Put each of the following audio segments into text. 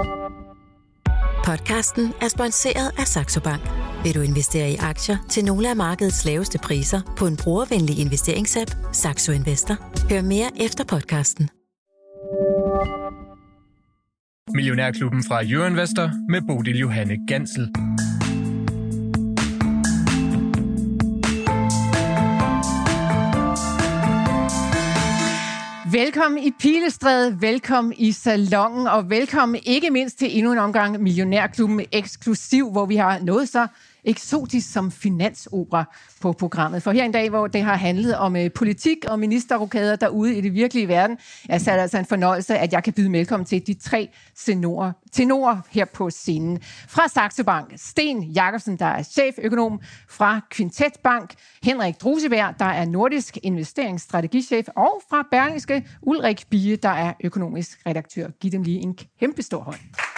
Podcasten er sponsoreret af Saxo Bank. Vil du investere i aktier til nogle af markedets laveste priser på en brugervenlig investeringsapp, Saxo Investor? Hør mere efter podcasten. Millionærklubben fra Euroinvestor med Bodil Johanne Gansel. Velkommen i Pilestræde, velkommen i Salonen, og velkommen ikke mindst til endnu en omgang Millionærklubben eksklusiv, hvor vi har noget så eksotisk som finansopera på programmet. For her en dag, hvor det har handlet om politik og ministerrokader derude i det virkelige verden, er det altså en fornøjelse, at jeg kan byde velkommen til de 3 tenorer her på scenen. Fra Saxo Bank, Sten Jakobsen, der er cheføkonom, fra Quintet Bank, Henrik Druseberg, der er nordisk investeringsstrategichef, og fra Berlingske, Ulrik Bie, der er økonomisk redaktør. Giv dem lige en kæmpe stor hånd.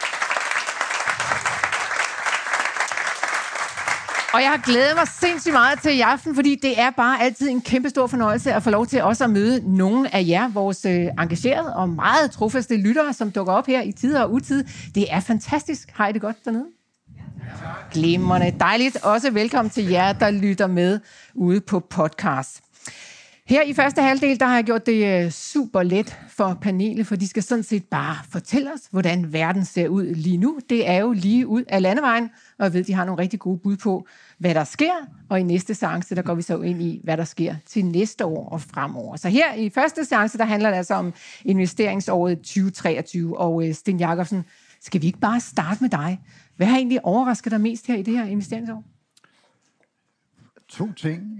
Og jeg har glædet mig sindssygt meget til i aften, fordi det er bare altid en kæmpe stor fornøjelse at få lov til også at møde nogle af jer, vores engagerede og meget trofaste lyttere, som dukker op her i tid og utid. Det er fantastisk. Har I det godt dernede? Glimrende. Dejligt. Også velkommen til jer, der lytter med ude på podcast. Her i første halvdel, der har jeg gjort det super let for panelet, for de skal sådan set bare fortælle os, hvordan verden ser ud lige nu. Det er jo lige ud af landevejen, og jeg ved, de har nogle rigtig gode bud på, hvad der sker. Og i næste seance, der går vi så ind i, hvad der sker til næste år og fremover. Så her i første seance, der handler det altså om investeringsåret 2023. Og Sten Jakobsen, skal vi ikke bare starte med dig? Hvad har egentlig overrasket dig mest her i det her investeringsår? 2 ting.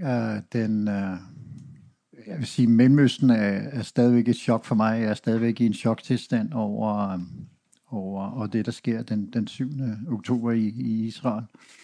Jeg vil sige, Mellemøsten er stadigvæk et chok for mig. Jeg er stadigvæk i en choktilstand over det, der sker den 7. oktober i Israel.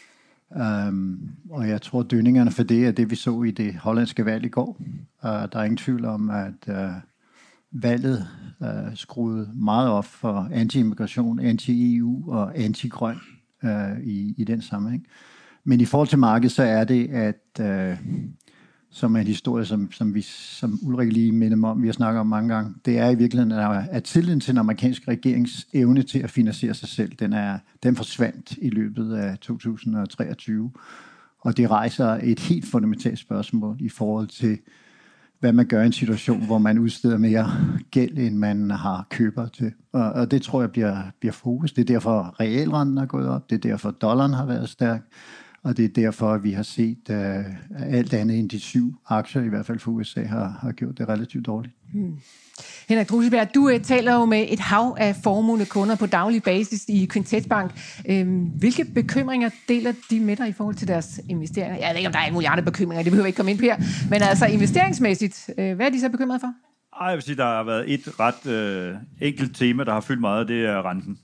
Og jeg tror, dønningerne for det er det, vi så i det hollandske valg i går. Der er ingen tvivl om, at valget skruede meget op for anti-immigration, anti-EU og anti-grøn i den sammenhæng. Men i forhold til markedet, så er det, at som er en historie, som Ulrik lige minder mig om, vi har snakket om mange gange, det er i virkeligheden, at tilliden til den amerikanske regerings evne til at finansiere sig selv, den forsvandt i løbet af 2023. Og det rejser et helt fundamentalt spørgsmål i forhold til, hvad man gør i en situation, hvor man udsteder mere gæld, end man har køber til. Og det tror jeg bliver fokus. Det er derfor, realrenten er gået op. Det er derfor, dollaren har været stærk. Og det er derfor, at vi har set alt andet end de 7 aktier, i hvert fald for USA, har gjort det relativt dårligt. Henrik Druseberg, du taler jo med et hav af formuende kunder på daglig basis i Quintet Bank. Hvilke bekymringer deler de med dig i forhold til deres investeringer? Jeg ved ikke, om der er en milliard bekymringer, det behøver vi ikke komme ind på her. Men altså investeringsmæssigt, hvad er de så bekymret for? Jeg vil sige, der har været et ret enkelt tema, der har fyldt meget, det er renten.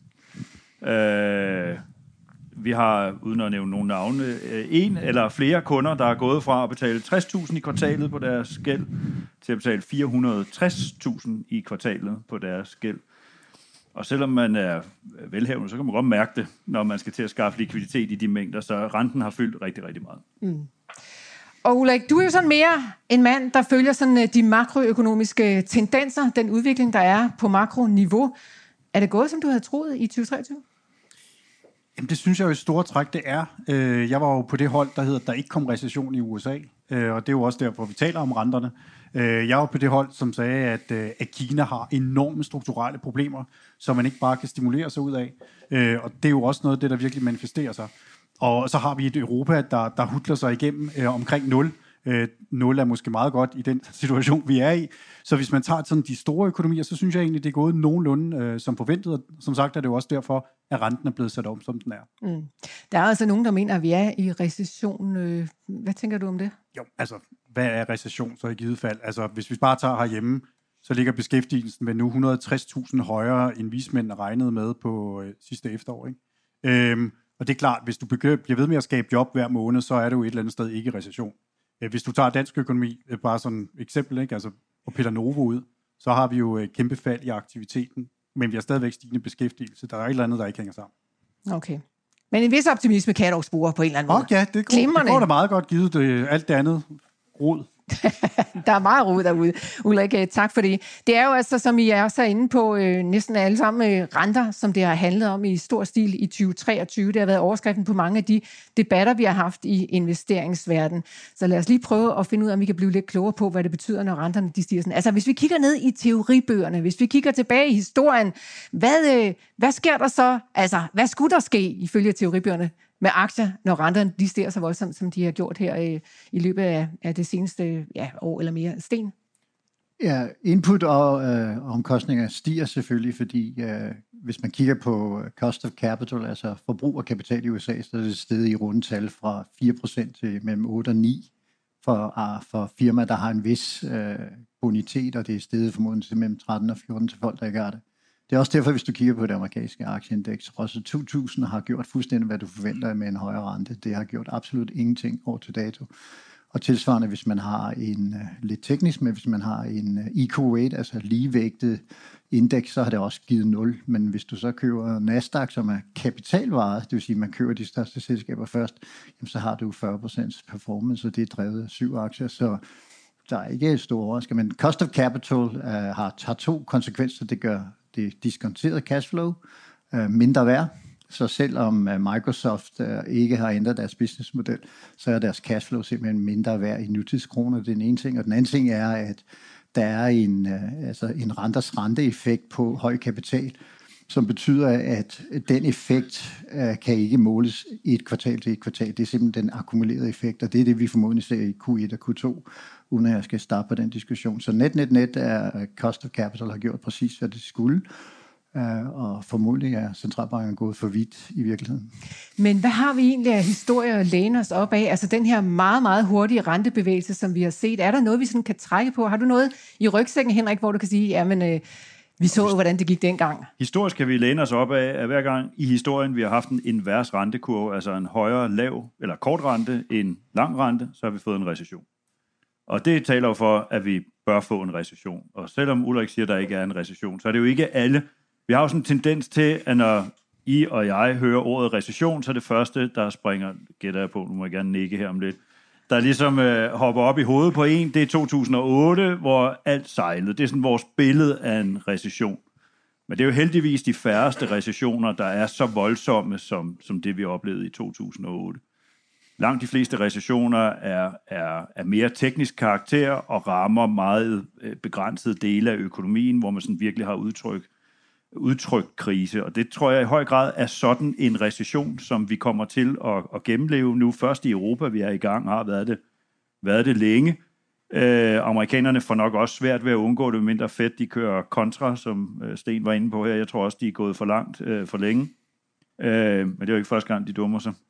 Vi har, uden at nævne nogle navne, 1 eller flere kunder, der er gået fra at betale 60.000 i kvartalet på deres gæld, til at betale 460.000 i kvartalet på deres gæld. Og selvom man er velhavende, så kan man godt mærke det, når man skal til at skaffe likviditet i de mængder, så renten har fyldt rigtig, rigtig meget. Mm. Og Ulrik, du er jo sådan mere en mand, der følger sådan de makroøkonomiske tendenser, den udvikling, der er på makroniveau. Er det gået, som du havde troet i 2023? Jamen, det synes jeg jo i store træk, det er. Jeg var jo på det hold, der hedder, der ikke kom recession i USA, og det er jo også derfor, vi taler om renterne. Jeg var på det hold, som sagde, at Kina har enorme strukturelle problemer, som man ikke bare kan stimulere sig ud af. Og det er jo også noget af det, der virkelig manifesterer sig. Og så har vi et Europa, der hutler sig igennem omkring 0. 0 er måske meget godt i den situation, vi er i. Så hvis man tager sådan de store økonomier, så synes jeg egentlig, det er gået nogenlunde som forventet. Og som sagt er det jo også derfor, at renten er blevet sat op, som den er. Mm. Der er altså nogen, der mener, at vi er i recession. Hvad tænker du om det? Jo, altså, hvad er recession så i givet fald? Altså, hvis vi bare tager herhjemme, så ligger beskæftigelsen med nu 160.000 højere, end vismændene regnede med på sidste efterår, ikke? Og det er klart, hvis du bliver ved med at skabe job hver måned, så er det jo et eller andet sted ikke recession. Hvis du tager dansk økonomi, bare sådan et eksempel, ikke? Altså, og piller Novo ud, så har vi jo et kæmpe fald i aktiviteten, men vi har stadigvæk stigende beskæftigelse. Der er et eller andet, der ikke hænger sammen. Okay. Men en vis optimisme kan jeg dog spore på en eller anden måde. Ja, det går da meget godt, givet det, alt det andet rod, Der er meget rod derude. Ulrik, tak for det. Det er jo altså, som I er så inde på, næsten alle sammen renter, som det har handlet om i stor stil i 2023. Det har været overskriften på mange af de debatter, vi har haft i investeringsverdenen. Så lad os lige prøve at finde ud af, om vi kan blive lidt klogere på, hvad det betyder, når renterne de stiger sådan. Altså, hvis vi kigger ned i teoribøgerne, hvis vi kigger tilbage i historien, hvad sker der så? Altså, hvad skulle der ske ifølge teoribøgerne med aktier, når renterne de stiger så voldsomt, som de har gjort her i løbet af det seneste år eller mere? Sten? Ja, input og omkostninger stiger selvfølgelig, fordi hvis man kigger på cost of capital, altså forbrug af kapital i USA, så er det steget i rundetal fra 4% til mellem 8 og 9 for firmaer, der har en vis bonitet, og det er steget formodentlig til mellem 13 og 14 til folk, der ikke har det. Det er også derfor, hvis du kigger på det amerikanske aktieindeks, også 2000 har gjort fuldstændig, hvad du forventer med en højere rente. Det har gjort absolut ingenting år til dato. Og tilsvarende, hvis man har en, lidt teknisk, men hvis man har en equal weight, altså ligevægtet indeks, så har det også givet 0. Men hvis du så køber Nasdaq, som er kapitalvaret, det vil sige, at man køber de største selskaber først, jamen, så har du 40% performance, og det er drevet af 7 aktier, så der er ikke store overrasker. Men cost of capital har 2 konsekvenser. Det gør det diskonterede cashflow mindre værd. Så selvom Microsoft ikke har ændret deres businessmodel, så er deres cashflow simpelthen mindre værd i nutidskroner. Det er den ene ting. Og den anden ting er, at der er en renters renteeffekt på høj kapital, som betyder, at den effekt kan ikke måles i et kvartal til et kvartal. Det er simpelthen den akkumulerede effekt, og det er det, vi formodentlig ser i Q1 og Q2, uden at jeg skal starte på den diskussion. Så net er cost of capital har gjort præcis, hvad det skulle, og formodentlig er centralbanken gået for vidt i virkeligheden. Men hvad har vi egentlig af historie at læne os op af? Altså den her meget, meget hurtige rentebevægelse, som vi har set. Er der noget, vi sådan kan trække på? Har du noget i rygsækken, Henrik, hvor du kan sige, jamen vi så jo, hvordan det gik dengang? Historisk kan vi læne os op af, at hver gang i historien, vi har haft en invers rentekurve, altså en højere lav eller kort rente end lang rente, så har vi fået en recession. Og det taler jo for, at vi bør få en recession. Og selvom Ulrik siger, at der ikke er en recession, så er det jo ikke alle. Vi har jo sådan en tendens til, at når I og jeg hører ordet recession, så er det første, der springer, gætter jeg på, nu må jeg gerne nikke her om lidt, der ligesom hopper op i hovedet på en, det er 2008, hvor alt sejlede. Det er sådan vores billede af en recession. Men det er jo heldigvis de færreste recessioner, der er så voldsomme, som det vi oplevede i 2008. Langt de fleste recessioner er mere teknisk karakter og rammer meget begrænsede dele af økonomien, hvor man sådan virkelig har udtrykt krise. Og det tror jeg i høj grad er sådan en recession, som vi kommer til at gennemleve nu. Først i Europa, vi er i gang, har været det længe. Amerikanerne får nok også svært ved at undgå det, mindre fedt. De kører kontra, som Sten var inde på her. Jeg tror også, de er gået for langt for længe. Men det er jo ikke første gang, de dummer sig.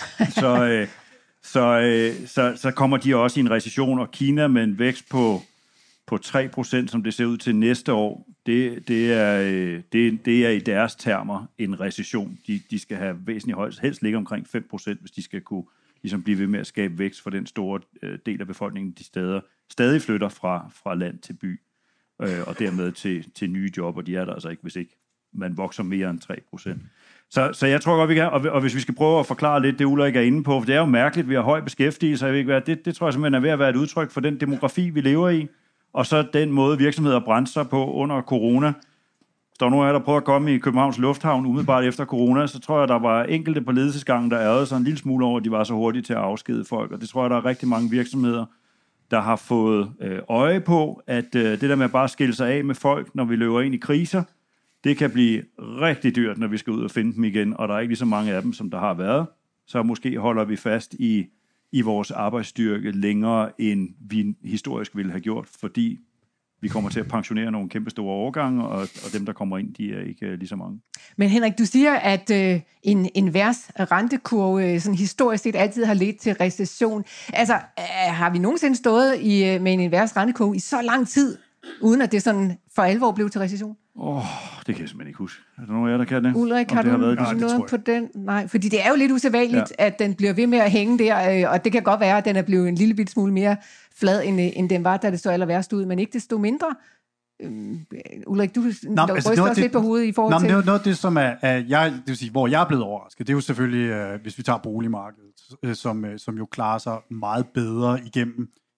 Så kommer de også i en recession, og Kina med en vækst på 3%, som det ser ud til næste år, det er i deres termer en recession. De skal have væsentligt højst, helst ligge omkring 5%, hvis de skal kunne ligesom blive ved med at skabe vækst for den store del af befolkningen, de stadig flytter fra land til by, og dermed til nye job, og de er der altså ikke, hvis ikke man vokser mere end 3%. Så jeg tror godt, vi kan, og hvis vi skal prøve at forklare lidt det, Ulrik er inde på, for det er jo mærkeligt, vi har høj beskæftigelse, det tror jeg simpelthen er ved at være et udtryk for den demografi, vi lever i, og så den måde, virksomheder brændte sig på under corona. Hvis der var nogen af jer, der prøvede at komme i Københavns Lufthavn umiddelbart efter corona, så tror jeg, der var enkelte på ledelsesgangen, der ærgede sig en lille smule over, at de var så hurtige til at afskede folk. Og det tror jeg, der er rigtig mange virksomheder, der har fået øje på, at det der med at bare skille sig af med folk, når vi løber ind i kriser, det kan blive rigtig dyrt, når vi skal ud og finde dem igen, og der er ikke lige så mange af dem, som der har været. Så måske holder vi fast i vores arbejdsstyrke længere, end vi historisk ville have gjort, fordi vi kommer til at pensionere nogle kæmpe store årgange, og dem, der kommer ind, de er ikke lige så mange. Men Henrik, du siger, at en invers rentekurve sådan historisk set altid har ledt til recession. Altså, har vi nogensinde stået med en invers rentekurve i så lang tid, uden at det sådan for alvor blev til recession? Det kan jeg simpelthen ikke huske. Er der nogen af jer, der kan det? Ulrik, har du noget på den? Nej, fordi det er jo lidt usædvanligt, at den bliver ved med at hænge der, og det kan godt være, at den er blevet en lille bit smule mere flad, end den var, da det så aller værst ud, men ikke desto mindre. Ulrik, du ryster også lidt på hovedet i forhold til... Noget af det, som det vil sige, hvor jeg er blevet overrasket, det er jo selvfølgelig, hvis vi tager boligmarkedet, som jo klarer sig meget bedre igennem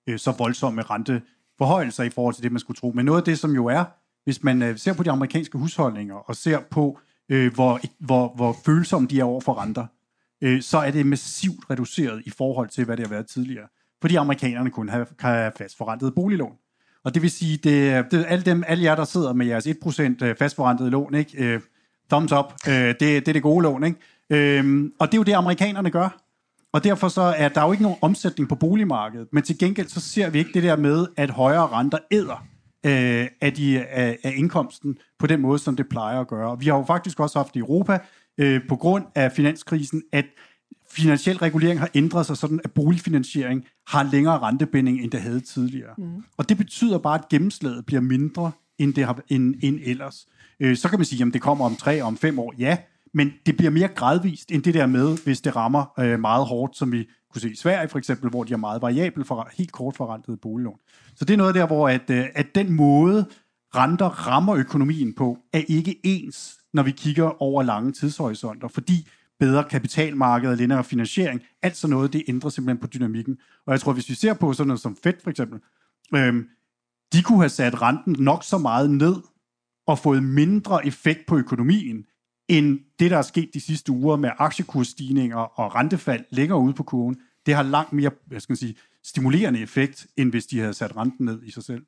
så voldsomme renteforhøjelser i forhold til det, man skulle tro. Men noget af det, som jo er, hvis man ser på de amerikanske husholdninger og ser på, hvor følsomme de er over for renter, så er det massivt reduceret i forhold til, hvad det har været tidligere. Fordi amerikanerne kun kan have fastforrentede boliglån. Og det vil sige, det er alle jer, der sidder med jeres 1% fastforrentede lån, ikke? Thumbs up, det er det gode lån, ikke? Og det er jo det, amerikanerne gør. Og derfor så er der jo ikke nogen omsætning på boligmarkedet, men til gengæld så ser vi ikke det der med, at højere renter æder af indkomsten på den måde, som det plejer at gøre. Vi har jo faktisk også haft i Europa, på grund af finanskrisen, at finansiel regulering har ændret sig sådan, at boligfinansiering har længere rentebinding, end det havde tidligere. Og det betyder bare, at gennemslaget bliver mindre, end ellers. Så kan man sige, at det kommer om 3 og om 5 år, ja, men det bliver mere gradvist, end det der med, hvis det rammer meget hårdt, som vi kunne se i Sverige for eksempel, hvor de har meget variabel for helt kort forrentede boliglån. Så det er noget der, hvor at den måde, renter rammer økonomien på, er ikke ens, når vi kigger over lange tidshorisonter, fordi bedre kapitalmarked og længere finansiering, alt sådan noget, det ændrer simpelthen på dynamikken. Og jeg tror, hvis vi ser på sådan noget som Fed for eksempel, de kunne have sat renten nok så meget ned og fået mindre effekt på økonomien, end det, der er sket de sidste uger med aktiekursstigninger og rentefald længere ude på kurven. Det har langt mere, stimulerende effekt, end hvis de havde sat renten ned i sig selv.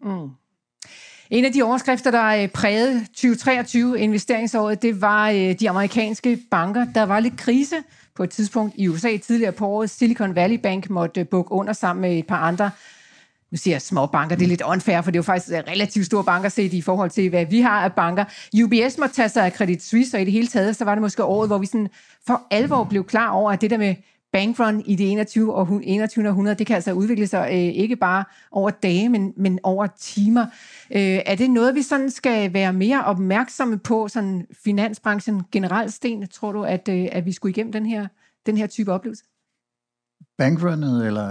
En af de overskrifter, der prægede 2023 investeringsåret, det var de amerikanske banker. Der var lidt krise på et tidspunkt i USA tidligere på året. Silicon Valley Bank måtte bukke under sammen med et par andre, nu siger jeg små banker, det er lidt unfair, for det er jo faktisk relativt store banker set i forhold til, hvad vi har af banker. UBS måtte tage sig af Credit Suisse, og i det hele taget, så var det måske året, hvor vi sådan for alvor blev klar over, at det der med bankrun i det 21. århundrede, det kan altså udvikle sig ikke bare over dage, men over timer. Er det noget, vi sådan skal være mere opmærksomme på, sådan finansbranchen generelt, Sten? Tror du, at vi skulle igennem den her type oplevelse? Bankrunnet, eller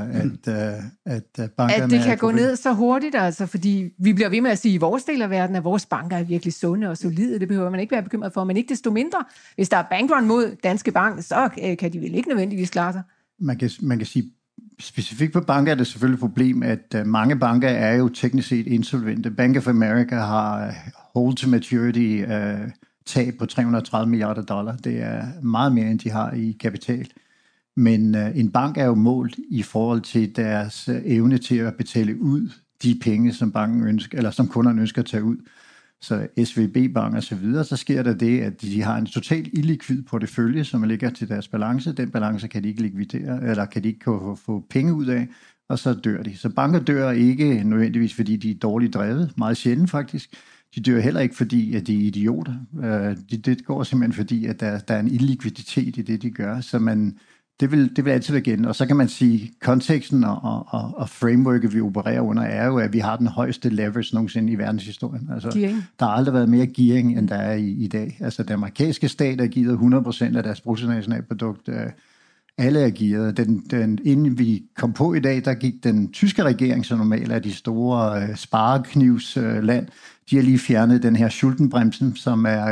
at bankerne... At det kan gå ned så hurtigt, altså, fordi vi bliver ved med at sige i vores del af verden, at vores banker er virkelig sunde og solide. Det behøver man ikke være bekymret for, men ikke desto mindre. Hvis der er bankrun mod Danske Bank, så kan de vel ikke nødvendigvis klare sig. Man kan sige, specifikt på banker er det selvfølgelig et problem, at mange banker er jo teknisk set insolvente. Bank of America har hold to maturity tab på $330 milliarder. Det er meget mere, end de har i kapital. Men en bank er jo målt i forhold til deres evne til at betale ud de penge, som banken ønsker, eller som kunderne ønsker at tage ud. Så SVB-bank og så videre, så sker der det, at de har en totalt illikvid portefølje, som ligger til deres balance. Den balance kan de ikke likvidere, eller kan de ikke få penge ud af, og så dør de. Så banker dør ikke nødvendigvis, fordi de er dårligt drevet, meget sjældent faktisk. De dør heller ikke, fordi at de er idioter. Det går simpelthen fordi, at der er en illikviditet i det, de gør, så det vil altid være igen. Og så kan man sige, konteksten og frameworket, vi opererer under, er jo, at vi har den højeste leverage nogensinde i verdenshistorien. Altså, der har aldrig været mere gearing, end der er i dag. Altså, den amerikanske stat er gearet 100% af deres bruttonationalprodukt. Alle er gearet. Inden vi kom på i dag, der gik den tyske regering, som normalt er de store spareknivsland, de har lige fjernet den her Schuldenbremsen, som er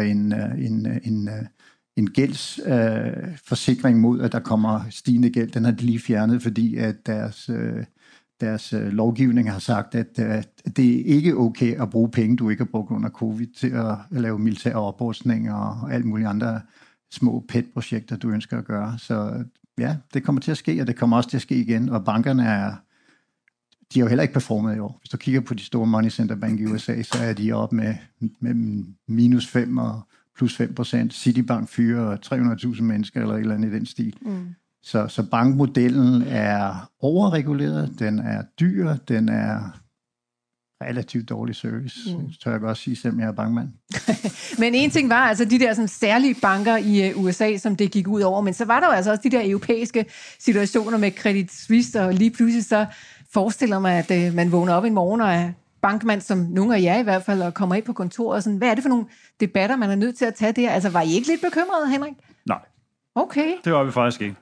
en gældsforsikring mod, at der kommer stigende gæld. Den har de lige fjernet, fordi at deres lovgivning har sagt, at det er ikke okay at bruge penge, du ikke har brugt under covid, til at lave militære oprustninger og alt muligt andre små pet-projekter, du ønsker at gøre. Så ja, det kommer til at ske, og det kommer også til at ske igen. Og bankerne de har jo heller ikke performet i år. Hvis du kigger på de store money center bank i USA, så er de oppe med -5 og +5%. Citibank fyrer 300.000 mennesker eller et eller andet i den stil. Så bankmodellen er overreguleret, den er dyr, den er relativt dårlig service, tør jeg godt sige, selvom jeg er bankmand. Men en ting var altså de der sådan, særlige banker i USA, som det gik ud over, men så var der jo altså også de der europæiske situationer med Credit Suisse, og lige pludselig så forestiller mig, at man vågner op en morgen og er bankmand, som nogle af jer i hvert fald, og kommer ind på kontoret og sådan, hvad er det for nogle debatter, man er nødt til at tage der? Altså, var I ikke lidt bekymrede, Henrik? Nej. Okay. Det var vi faktisk ikke.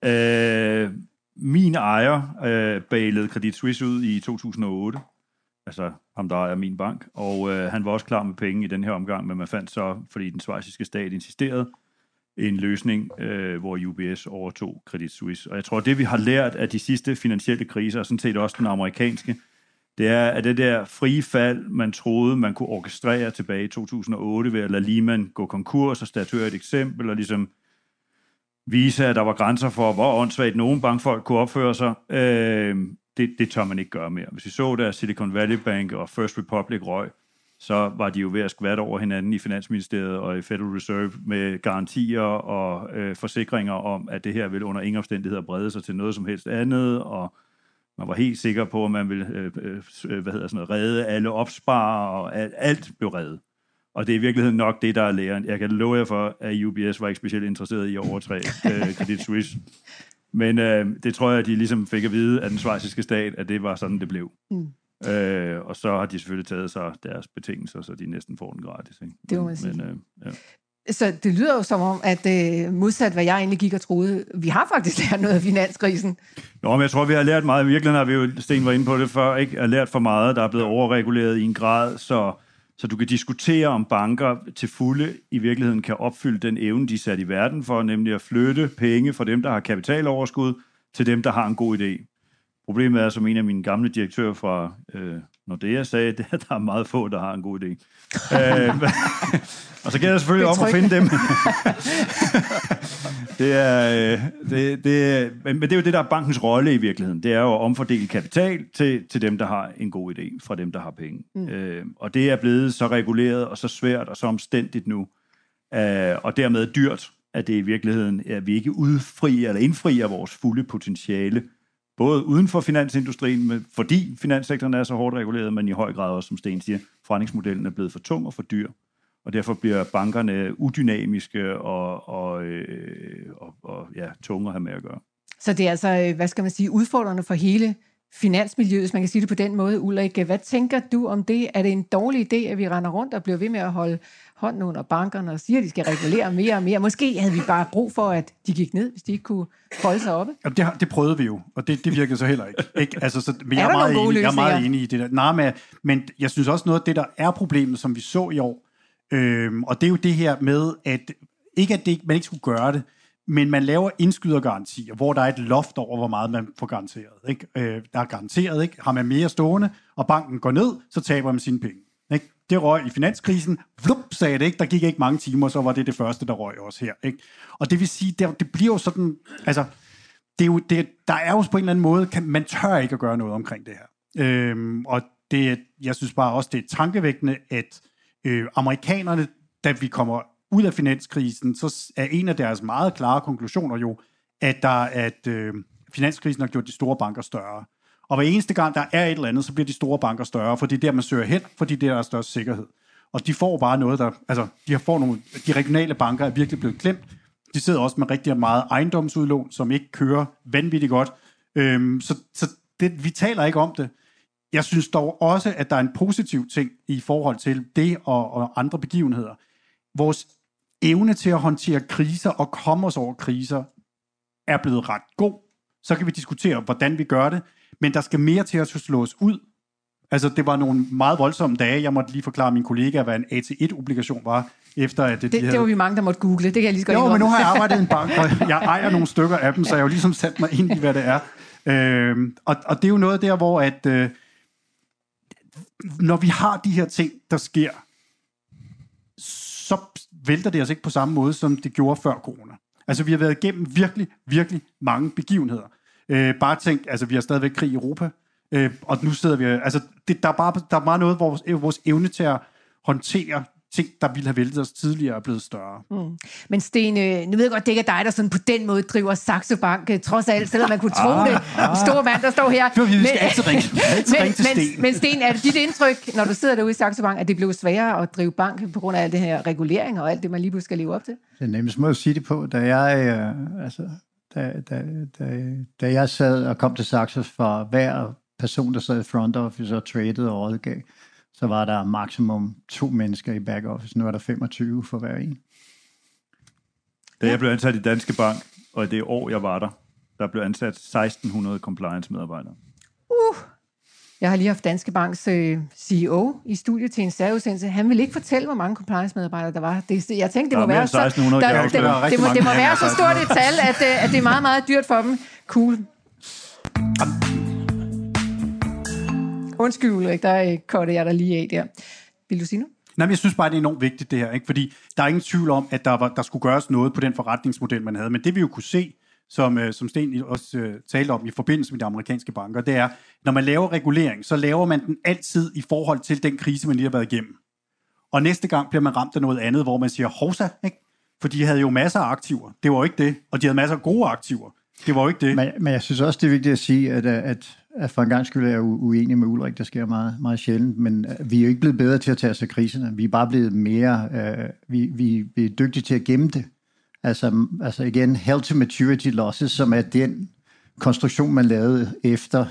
Min ejer bailede Credit Suisse ud i 2008, altså ham, der ejer min bank, og han var også klar med penge i den her omgang, men man fandt så, fordi den schweiziske stat insisterede, en løsning, hvor UBS overtog Credit Suisse. Og jeg tror, det vi har lært af de sidste finansielle kriser, og sådan set også den amerikanske, det er, at det der frie fald, man troede, man kunne orkestrere tilbage i 2008 ved at lade Lehman gå konkurs og statuere et eksempel, og ligesom vise, at der var grænser for, hvor åndssvagt nogle bankfolk kunne opføre sig, det tør man ikke gøre mere. Hvis vi så der Silicon Valley Bank og First Republic røg, så var de jo ved at skvatte over hinanden i Finansministeriet og i Federal Reserve med garantier og forsikringer om, at det her ville under ingen omstændigheder brede sig til noget som helst andet, og man var helt sikker på, at man ville redde alle opsparer, og alt blev reddet. Og det er i virkeligheden nok det, der er læren. Jeg kan love jer for, at UBS var ikke specielt interesseret i at overtræde Credit Suisse. Men det tror jeg, at de ligesom fik at vide af den schweiziske stat, at det var sådan, det blev. Og så har de selvfølgelig taget sig deres betingelser, så de næsten får den gratis. Ikke? Det må man sige. Ja. Så det lyder jo som om, at modsat hvad jeg egentlig gik og troede, vi har faktisk lært noget af finanskrisen. Nå, men jeg tror, vi har lært meget. I virkeligheden har vi jo, Sten var inde på det før, ikke? Har lært for meget, der er blevet overreguleret i en grad, så du kan diskutere, om banker til fulde i virkeligheden kan opfylde den evne, de er sat i verden for, nemlig at flytte penge fra dem, der har kapitaloverskud, til dem, der har en god idé. Problemet er, som en af mine gamle direktører fra Nordea sagde, det er, at der er meget få, der har en god idé. Og så gælder det selvfølgelig om at finde dem. Men det er jo det, der er bankens rolle i virkeligheden. Det er jo at omfordele kapital til dem, der har en god idé, fra dem, der har penge. Og det er blevet så reguleret og så svært og så omstændigt nu, og dermed dyrt, at det i virkeligheden, at vi ikke indfrier vores fulde potentiale, både uden for finansindustrien, fordi finanssektoren er så hårdt reguleret, men i høj grad også, som Sten siger, forretningsmodellen er blevet for tung og for dyr. Og derfor bliver bankerne udynamiske og tunge at have med at gøre. Så det er altså, hvad skal man sige, udfordrende for hele finansmiljøet, hvis man kan sige det på den måde. Ulrik, hvad tænker du om det? Er det en dårlig idé, at vi render rundt og bliver ved med at holde hånden under bankerne og siger, at de skal regulere mere og mere? Måske havde vi bare brug for, at de gik ned, hvis de ikke kunne holde sig oppe. Ja, det prøvede vi jo, og det virkede så heller ikke? Altså, men jeg er meget enig i det der. Nej, men jeg synes også noget af det, der er problemet, som vi så i år, og det er jo det her med, at man ikke skulle gøre det, men man laver indskydergarantier, hvor der er et loft over, hvor meget man får garanteret. Ikke? Der er garanteret, ikke? Har man mere stående, og banken går ned, så taber man sine penge. Ikke? Det røg i finanskrisen, sagde det ikke, der gik ikke mange timer, så var det første, der røg også her. Ikke? Og det vil sige, det bliver jo sådan, altså, der er jo på en eller anden måde, man tør ikke at gøre noget omkring det her. Og jeg synes bare også, det er tankevækkende, at amerikanerne, da vi kommer ud af finanskrisen, så er en af deres meget klare konklusioner jo, at finanskrisen har gjort de store banker større. Og hver eneste gang, der er et eller andet, så bliver de store banker større, for det er der, man søger hen, fordi det er der størst sikkerhed. Og de får bare noget, de regionale banker er virkelig blevet klemt. De sidder også med rigtig meget ejendomsudlån, som ikke kører vanvittigt godt. Så vi taler ikke om det. Jeg synes dog også, at der er en positiv ting i forhold til det og andre begivenheder. Vores evne til at håndtere kriser og komme os over kriser er blevet ret god. Så kan vi diskutere, hvordan vi gør det, men der skal mere til at slå os ud. Altså, det var nogle meget voldsomme dage. Jeg måtte lige forklare mine kollegaer, hvad en AT1-obligation var, efter at det var vi mange, der måtte google. Det kan jeg lige så godt. Jo, men nu har jeg arbejdet i en bank, og jeg ejer nogle stykker af dem, så jeg har jo ligesom sat mig ind i, hvad det er. Og det er jo noget der, hvor at når vi har de her ting, der sker, så vælter det os ikke på samme måde, som det gjorde før corona. Altså, vi har været igennem virkelig, virkelig mange begivenheder. Bare tænk, altså, vi har stadigvæk krig i Europa, og nu sidder vi, altså, der er bare noget, hvor vores evne til at håndtere ting, der ville have væltet os tidligere, er blevet større. Men Sten, nu ved jeg godt, det ikke er dig, der sådan på den måde driver Saxo Bank, trods alt, selvom man kunne tro det. Store mand, der står her. Vi skal altid ringe til Sten. Men Sten, er det dit indtryk, når du sidder derude i Saxo Bank, at det blev sværere at drive bank på grund af det her regulering og alt det, man lige pludselig skal leve op til? Det er nemmest måde at sige det på. Da jeg sad og kom til Saxo for hver person, der sad i front office og traded og rådgav, så var der maksimum 2 mennesker i back office. Nu er der 25 for hver en. Da jeg blev ansat i Danske Bank, og i det år, jeg var der blev ansat 1600 compliance-medarbejdere. Jeg har lige haft Danske Banks CEO i studiet til en særudsendelse. Han vil ikke fortælle, hvor mange compliance-medarbejdere der var. Jeg tænkte, det må være så... Det må være så stort et tal, at det er meget, meget dyrt for dem. Cool. Undskyld, Ulrik, der kottede jeg der lige af der. Vil du sige noget? Nej, men jeg synes bare, det er enormt vigtigt det her, ikke? Fordi der er ingen tvivl om, at der skulle gøres noget på den forretningsmodel, man havde. Men det vi jo kunne se, som Sten også talte om i forbindelse med de amerikanske banker, det er, når man laver regulering, så laver man den altid i forhold til den krise, man lige har været igennem. Og næste gang bliver man ramt af noget andet, hvor man siger, hovsa, ikke? For de havde jo masser af aktiver. Det var jo ikke det. Og de havde masser af gode aktiver. Det var jo ikke det. Men jeg synes også, det er vigtigt at sige, at for en gang skyld er jeg uenig med Ulrik. Der sker meget, meget sjældent. Men vi er jo ikke blevet bedre til at tage os af kriserne. Vi er bare blevet mere... vi er dygtige til at gemme det. Altså igen, held to maturity losses, som er den konstruktion, man lavede efter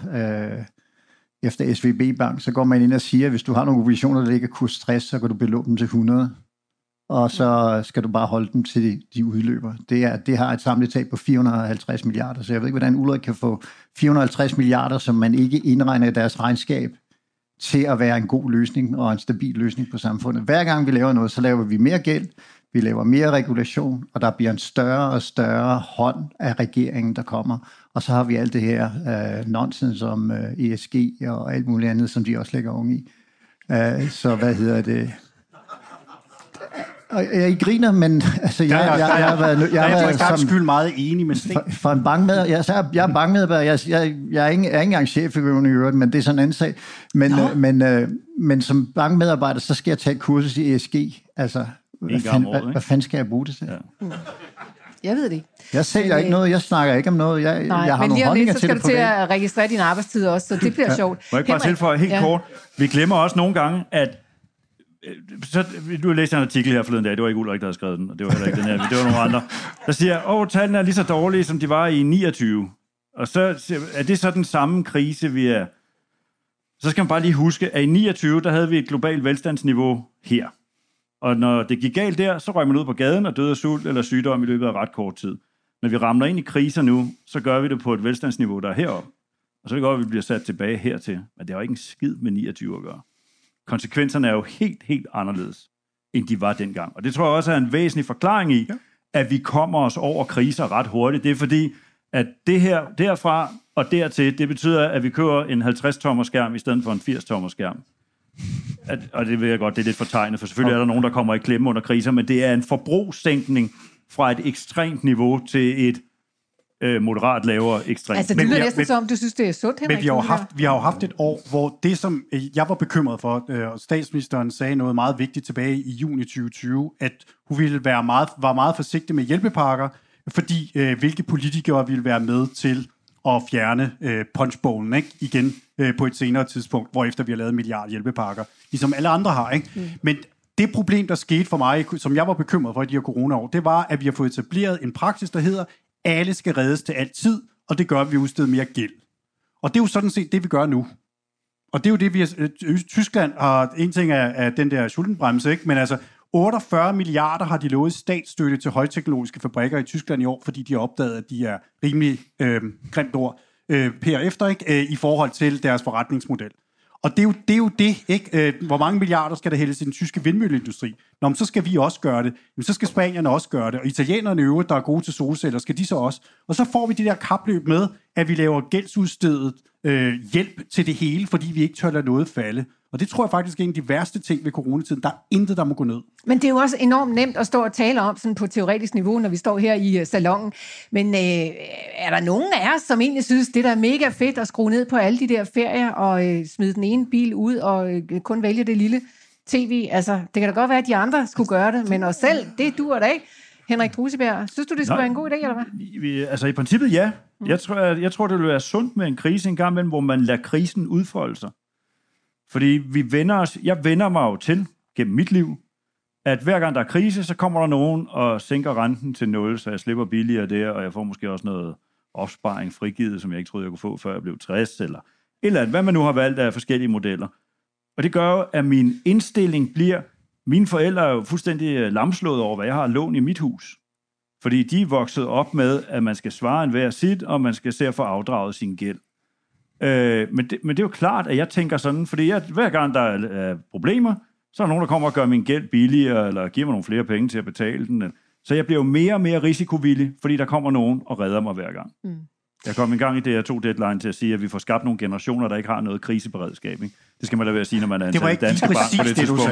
SVB Bank. Så går man ind og siger, at hvis du har nogle obligationer, der ligger kurs 60, så kan du belåne dem til 100. Og så skal du bare holde dem til de udløber. Det har et samlet tab på 450 milliarder, så jeg ved ikke, hvordan Ulrik kan få 450 milliarder, som man ikke indregner i deres regnskab, til at være en god løsning og en stabil løsning på samfundet. Hver gang vi laver noget, så laver vi mere gæld, vi laver mere regulation, og der bliver en større og større hånd af regeringen, der kommer. Og så har vi alt det her nonsens om ESG og alt muligt andet, som de også lægger oven i. Så hvad hedder det... Og jeg griner, men altså, jeg har været skyld meget enig med Sten. For en bankmedarbejder, jeg er bankmedarbejder, jeg er ikke engang chef i øvrigt, men det er sådan en anden sag. Men som bankmedarbejder, så skal jeg tage et kursus i ESG. Altså, hvad fanden skal jeg bruge det til? Ja. Jeg ved det ikke. Jeg sælger ikke noget, jeg snakker ikke om noget. Jeg har nogle holdninger til det. Men lige om lidt, så skal du til at registrere din arbejdstid også, så det bliver sjovt. Må jeg ikke bare tilføje helt kort? Vi glemmer også nogle gange, at så, du læste en artikel her forleden dag, det var ikke Ulrik, der havde skrevet den, og det var heller ikke den her, det var nogle andre, der siger, tallene er lige så dårlige, som de var i 29. Og så er det så den samme krise, vi er. Så skal man bare lige huske, at i 29, der havde vi et globalt velstandsniveau her. Og når det gik galt der, så røg man ud på gaden og døde af sult eller sygdom i løbet af ret kort tid. Når vi ramler ind i kriser nu, så gør vi det på et velstandsniveau, der er heroppe. Og så er det godt, at vi bliver sat tilbage hertil. Men det har jo ikke en skid med 29 at gøre. Konsekvenserne er jo helt, helt anderledes, end de var dengang. Og det tror jeg også er en væsentlig forklaring i, at vi kommer os over kriser ret hurtigt. Det er fordi, at det her derfra og dertil, det betyder, at vi kører en 50-tommer skærm i stedet for en 80-tommer skærm. Og det ved jeg godt, det er lidt fortegnet, for selvfølgelig er der nogen, der kommer i klemme under kriser, men det er en forbrugssænkning fra et ekstremt niveau til et moderat lavere ekstremt. Altså, det lyder næsten som, du synes, det er sundt, Henrik. Men vi har jo haft et år, hvor det, som jeg var bekymret for, og statsministeren sagde noget meget vigtigt tilbage i juni 2020, at hun ville var meget forsigtig med hjælpepakker, fordi hvilke politikere ville være med til at fjerne punchbowlen, ikke? Igen på et senere tidspunkt, hvorefter vi har lavet 1 milliard hjælpepakker, ligesom alle andre har. Ikke? Men det problem, der skete for mig, som jeg var bekymret for i de her coronaår, det var, at vi har fået etableret en praksis, der hedder, alle skal reddes til altid, og det gør, at vi udsteder mere gæld. Og det er jo sådan set det, vi gør nu. Og det er jo det, vi har... Tyskland har... En ting af den der Schuldenbremse, ikke? Men altså, 48 milliarder har de lovet statsstøtte til højteknologiske fabrikker i Tyskland i år, fordi de har opdaget, at de er rimelig grimt ord herefter, ikke? I forhold til deres forretningsmodel. Og det er jo det, ikke? Hvor mange milliarder skal der hældes i den tyske vindmølleindustri? Nå, men så skal vi også gøre det. Men så skal spanierne også gøre det. Og italienerne i øvrigt, der er gode til solceller, skal de så også. Og så får vi det der kapløb med, at vi laver gældsudstedet hjælp til det hele, fordi vi ikke tør lade noget falde. Og det tror jeg faktisk er en af de værste ting ved coronatiden. Der er intet, der må gå ned. Men det er jo også enormt nemt at stå og tale om sådan på teoretisk niveau, når vi står her i salongen. Men er der nogen af os, som egentlig synes, det der er mega fedt at skrue ned på alle de der ferier og smide den ene bil ud og kun vælge det lille tv? Altså, det kan da godt være, at de andre skulle gøre det, men os selv, det duer da ikke. Henrik Druseberg, synes du, det skulle være en god idé, eller hvad? Altså i princippet ja. Jeg tror, det vil være sundt med en krise en gang imellem, hvor man lader krisen udfolde sig. Fordi jeg vender mig jo til, gennem mit liv, at hver gang der er krise, så kommer der nogen og sænker renten til 0, så jeg slipper billigere der, og jeg får måske også noget opsparing frigivet, som jeg ikke troede, jeg kunne få, før jeg blev 60, eller hvad man nu har valgt af forskellige modeller. Og det gør jo, at min indstilling bliver, mine forældre er jo fuldstændig lamslået over, hvad jeg har lån i mit hus. Fordi de er vokset op med, at man skal svare en hver sit, og man skal se at få afdraget sin gæld. Men det er jo klart, at jeg tænker sådan, fordi hver gang der er problemer, så er der nogen, der kommer og gør min gæld billigere, eller giver mig nogle flere penge til at betale den. Så jeg bliver jo mere og mere risikovillig, fordi der kommer nogen og redder mig hver gang. Jeg kom en gang i DR2 Deadline til at sige, at vi får skabt nogle generationer, der ikke har noget kriseberedskab. Ikke? Det skal man da være at sige, når man er ansat i Danske Bank på det tidspunkt.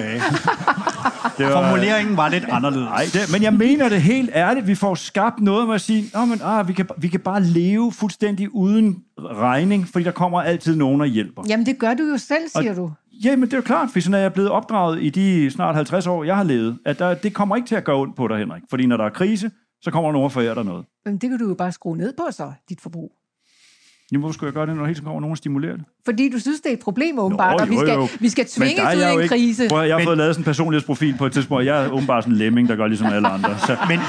Formuleringen var lidt anderledes. Nej, men jeg mener det helt ærligt. Vi får skabt noget med at sige, vi kan bare leve fuldstændig uden regning, fordi der kommer altid nogen og hjælper. Jamen, det gør du jo selv, siger du. Jamen, det er jo klart, for sådan er jeg blevet opdraget i de snart 50 år, jeg har levet, at det kommer ikke til at gå ondt på dig, Henrik. Fordi når der er krise, så kommer nogen og forærer dig noget. Men det kan du jo bare skrue ned på så, dit forbrug. Jamen, hvorfor skulle jeg gøre det, når der helt kommer nogen og stimulerer det? Fordi du synes, det er et problem, åbenbart, og vi skal tvinge ud i en krise. Jeg har fået lavet sådan en personlighedsprofil på et tidspunkt, jeg er åbenbart sådan en lemming, der gør ligesom alle andre. Så, men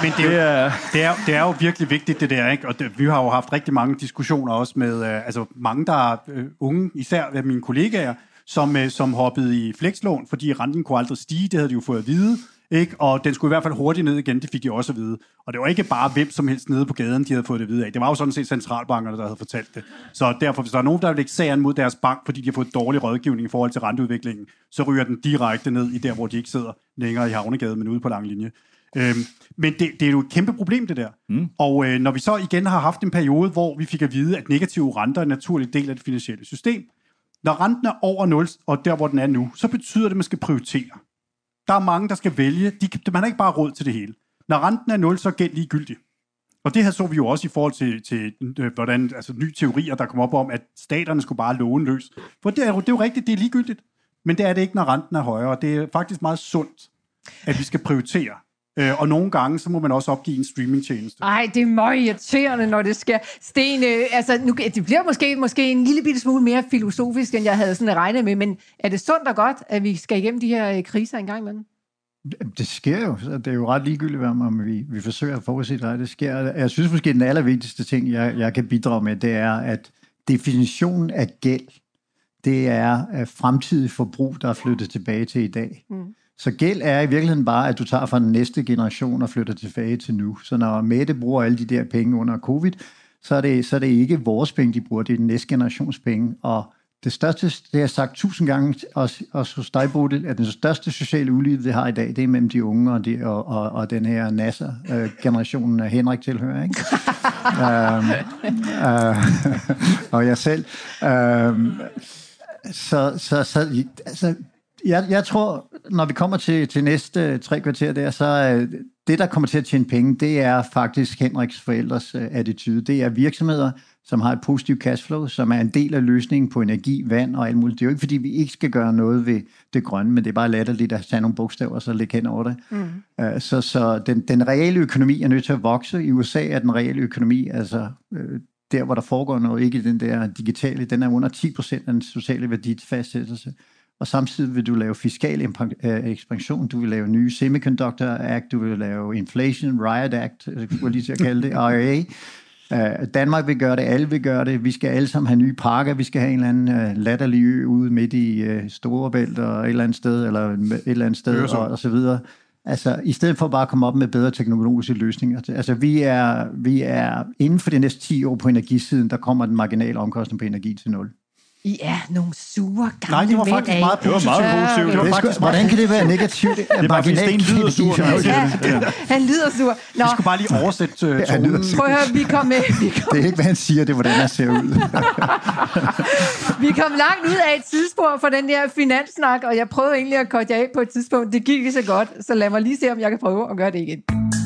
det er jo virkelig vigtigt, det der, ikke? Og vi har jo haft rigtig mange diskussioner også med, mange, der er unge, især mine kollegaer, som hoppede i flekslån, fordi renten kunne aldrig stige, det havde de jo fået at vide, ikke? Og den skulle i hvert fald hurtigt ned igen, det fik de også at vide. Og det var ikke bare hvem som helst nede på gaden, de havde fået det at vide af. Det var jo sådan set centralbankerne, der havde fortalt det. Så derfor, hvis der er nogen, der vil lægge sagen mod deres bank, fordi de har fået dårlig rådgivning i forhold til renteudviklingen, så ryger den direkte ned i der, hvor de ikke sidder længere i Havnegade, men ude på lang linje. Men det er jo et kæmpe problem, det der. Og når vi så igen har haft en periode, hvor vi fik at vide, at negative renter er en naturlig del af det finansielle system, når renten er over 0, og der, hvor den er nu, så betyder det, at man skal prioritere. Der er mange, der skal vælge. Man har ikke bare råd til det hele. Når renten er 0, så er gæld ligegyldig. Og det her så vi jo også i forhold til hvordan, nye teorier, der kom op om, at staterne skulle bare låne løs. For det er jo rigtigt, det er ligegyldigt. Men det er det ikke, når renten er højere. Det er faktisk meget sundt, at vi skal prioritere. Og nogle gange, så må man også opgive en streamingtjeneste. Ej, det er meget irriterende, når det sker. Sten, det bliver måske en lille bitte smule mere filosofisk, end jeg havde sådan regnet med, men er det sundt og godt, at vi skal igennem de her kriser en gang imellem? Det sker jo. Det er jo ret ligegyldigt, om vi forsøger at forudse det. Det sker. Jeg synes måske, den allervigtigste ting, jeg kan bidrage med, det er, at definitionen af gæld, det er fremtidig forbrug, der er flyttet tilbage til i dag. Så gæld er i virkeligheden bare, at du tager fra den næste generation og flytter tilbage til nu. Så når Mette bruger alle de der penge under covid, så er det ikke vores penge, de bruger, det er den næste generations penge. Og det største, det har jeg sagt 1000 gange, også hos dig, Bodil, at den største sociale ulighed, vi har i dag, det er mellem de unge og den her Nasser-generationen af Henrik tilhører, ikke? Og jeg selv. Jeg tror, når vi kommer til næste 3 kvarter der, så det, der kommer til at tjene penge, det er faktisk Henriks forældres attitude. Det er virksomheder, som har et positivt cashflow, som er en del af løsningen på energi, vand og alt muligt. Det er jo ikke, fordi vi ikke skal gøre noget ved det grønne, men det er bare latterligt at tage nogle bogstaver og så lægge hen over det. Så den reelle økonomi er nødt til at vokse. I USA er den reelle økonomi, der hvor der foregår noget, ikke den der digitale, den er under 10% af den sociale værdifastsættelse. Og samtidig vil du lave fiskal ekspansion, du vil lave nye Semiconductor Act, du vil lave Inflation Riot Act, skulle lige til at kalde det, IRA. Danmark vil gøre det, alle vil gøre det, vi skal alle sammen have nye parker, vi skal have en eller anden latterlig ø ude midt i Storebælt og et eller andet sted, og så videre. Altså, i stedet for bare at komme op med bedre teknologiske løsninger. Altså, vi er inden for de næste 10 år på energisiden, der kommer den marginale omkostning på energi til 0. I er nogle sure gamle mænd. Nej, det var faktisk meget positivt. Hvordan kan det være negativt? Det er bare, fordi Sten lyder sur. Han lyder sur. Vi skulle bare lige oversætte tonen. Prøv at høre, vi kom med. Det er ikke, hvad han siger, det er, hvordan han ser ud. Vi kom langt ud af et tidsspor for den der finanssnak, og jeg prøvede egentlig at korte jer af på et tidspunkt. Det gik ikke så godt, så lad mig lige se, om jeg kan prøve at gøre det igen.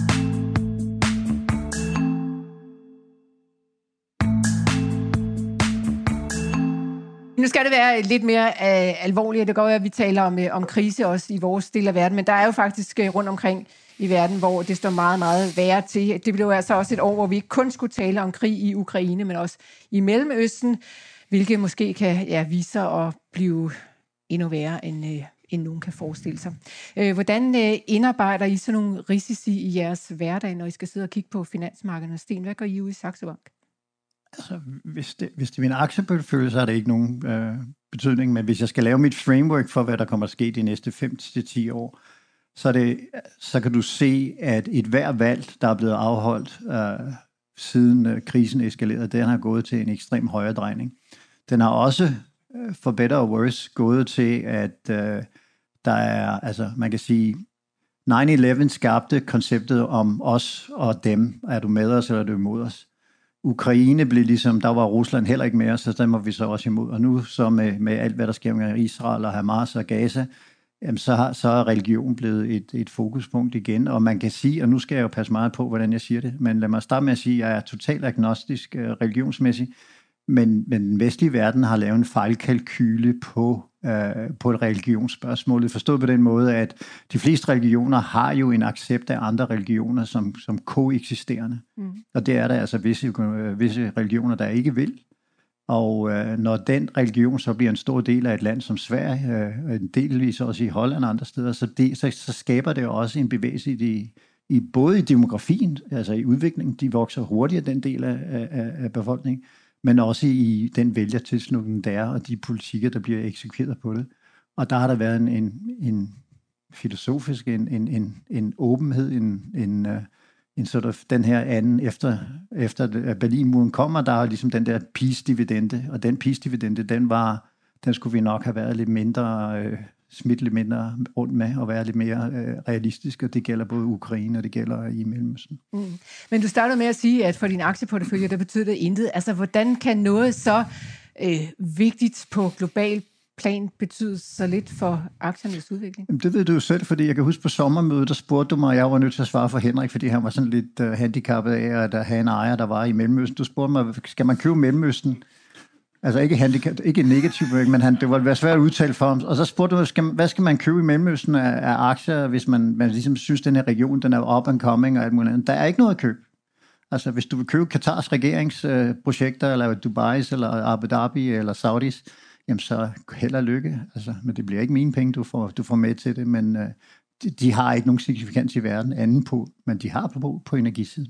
Nu skal det være lidt mere alvorligt. Det går jo, at vi taler om krise også i vores del af verden, men der er jo faktisk rundt omkring i verden, hvor det står meget, meget værre til. Det blev altså også et år, hvor vi ikke kun skulle tale om krig i Ukraine, men også i Mellemøsten, hvilket måske kan vise sig at blive endnu værre, end nogen kan forestille sig. Hvordan indarbejder I sådan nogle risici i jeres hverdag, når I skal sidde og kigge på finansmarkederne? Sten, hvad gør I ude i Saxo Bank? Altså, hvis det er min aktieportefølje, så har det ikke nogen betydning, men hvis jeg skal lave mit framework for, hvad der kommer at ske de næste 5-10 år, så kan du se, at et hver valg, der er blevet afholdt siden krisen eskalerede, den har gået til en ekstrem højredrejning. den har også, for better or worse, gået til, at der er, altså man kan sige, 9/11 skabte konceptet om os og dem. Er du med os, eller er du imod os? Ukraine blev ligesom, der var Rusland heller ikke med os, så stemmer vi så også imod. Og nu så med alt, hvad der sker med Israel og Hamas og Gaza, jamen så er religion blevet et fokuspunkt igen. Og man kan sige, og nu skal jeg jo passe meget på, hvordan jeg siger det, men lad mig starte med at sige, at jeg er totalt agnostisk religionsmæssigt, men den vestlige verden har lavet en fejlkalkyle på et religionsspørgsmål. Forstået på den måde, at de fleste religioner har jo en accept af andre religioner som koeksisterende. Og det er der altså visse religioner, der ikke vil. Og når den religion så bliver en stor del af et land som Sverige, delvis også i Holland og andre steder, så skaber det også en bevægelse i både i demografien, altså i udviklingen, de vokser hurtigere, den del af befolkningen, men også i den vælgertilslutning, der er, og de politikker, der bliver eksekveret på det. Og der har der været en filosofisk, en åbenhed, en sort af den her anden, efter Berlinmuren kommer, der er ligesom den der peace-dividende, og den peace-dividende, den skulle vi nok have været lidt mindre, smidt lidt mindre rundt med, og være lidt mere realistisk, og det gælder både Ukraine, og det gælder i Mellemøsten. Men du startede med at sige, at for din aktieportefølje, der betyder det intet. Altså, hvordan kan noget så vigtigt på global plan betyder så lidt for aktiernes udvikling? Jamen, det ved du jo selv, fordi jeg kan huske på sommermødet, der spurgte du mig, og jeg var nødt til at svare for Henrik, fordi han var sådan lidt handicappet af at have en ejer, der var i Mellemøsten. Du spurgte mig, skal man købe Mellemøsten? Altså ikke negativt, men det var være svært at udtale for ham. Og så spurgte du, hvad skal man købe i Mellemøsten af aktier, hvis man ligesom synes, den her region, den er up and coming og alt muligt andet. Der er ikke noget at købe. Altså, hvis du vil købe Katars regeringsprojekter, eller Dubais, eller Abu Dhabi, eller Saudis, jamen så held og lykke. Altså, men det bliver ikke mine penge, du får med til det, men de har ikke nogen signifikans i verden anden på, men de har på energisiden.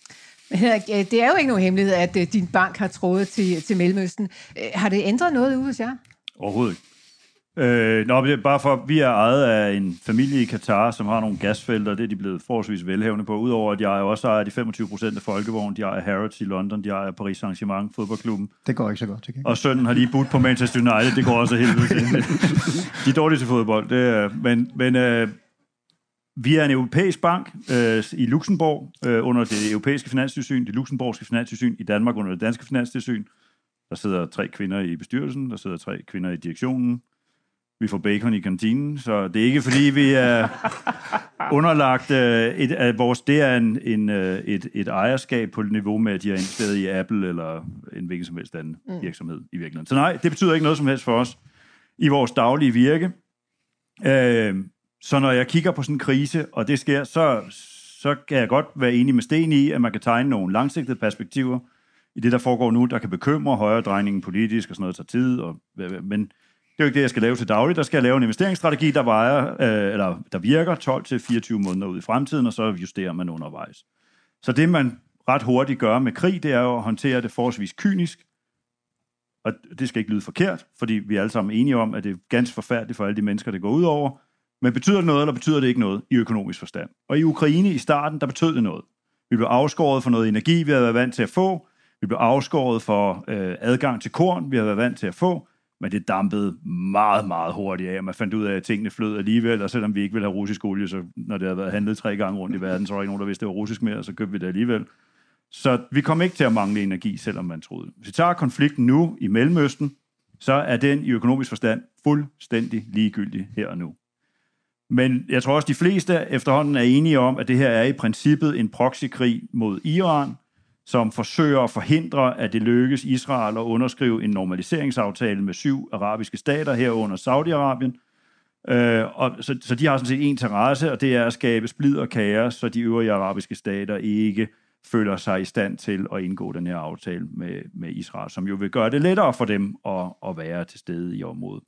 Det er jo ikke nogen hemmelighed, at din bank har trådet til Mellemøsten. Har det ændret noget ude hos jer? Overhovedet ikke. Det er bare for, vi er ejet af en familie i Katar, som har nogle gasfelter, det er de blevet forholdsvis velhævende på. Udover at jeg også ejer de 25% af Folkevogn, de ejer Harrods i London, de ejer Paris Saint-Germain, fodboldklubben. Det går ikke så godt, ikke? Og sønnen har lige budt på Manchester United, det går også helvede til. De er dårlige til fodbold, men vi er en europæisk bank i Luxembourg under det europæiske finanstilsyn, det luxembourgske finanstilsyn i Danmark under det danske finanstilsyn. Der sidder 3 kvinder i bestyrelsen, der sidder 3 kvinder i direktionen. Vi får bacon i kantinen, så det er ikke fordi, vi er underlagt det er et ejerskab på et niveau med, at de har investeret i Apple eller en hvilken som helst anden virksomhed i virkeligheden. Så nej, det betyder ikke noget som helst for os i vores daglige virke. Så når jeg kigger på sådan en krise, og det sker, så kan jeg godt være enig med Sten i, at man kan tegne nogle langsigtede perspektiver i det, der foregår nu, der kan bekymre højere drejningen politisk og sådan noget, tager tid. Men det er jo ikke det, jeg skal lave til dagligt. Der skal jeg lave en investeringsstrategi, der virker 12-24 måneder ud i fremtiden, og så justerer man undervejs. Så det, man ret hurtigt gør med krig, det er jo at håndtere det forholdsvis kynisk. Og det skal ikke lyde forkert, fordi vi er alle sammen enige om, at det er ganske forfærdeligt for alle de mennesker, det går ud over. Men betyder det noget, eller betyder det ikke noget i økonomisk forstand? Og i Ukraine i starten, der betød det noget. Vi blev afskåret for noget energi, vi havde været vant til at få. Vi blev afskåret for adgang til korn, vi havde været vant til at få. Men det dampede meget, meget hurtigt af, og man fandt ud af, at tingene flød alligevel, og selvom vi ikke ville have russisk olie, så når det havde været handlet 3 gange rundt i verden, så var der ikke nogen, der vidste, det var russisk mere, og så købte vi det alligevel. Så vi kom ikke til at mangle energi, selvom man troede. Hvis vi tager konflikten nu i Mellemøsten, så er den i økonomisk forstand fuldstændig ligegyldig her og nu. Men jeg tror også, de fleste efterhånden er enige om, at det her er i princippet en proxykrig mod Iran, som forsøger at forhindre, at det lykkes Israel at underskrive en normaliseringsaftale med 7 arabiske stater herunder Saudi-Arabien. Så de har sådan set en interesse, og det er at skabe splid og kaos, så de øvrige arabiske stater ikke føler sig i stand til at indgå den her aftale med Israel, som jo vil gøre det lettere for dem at være til stede i området.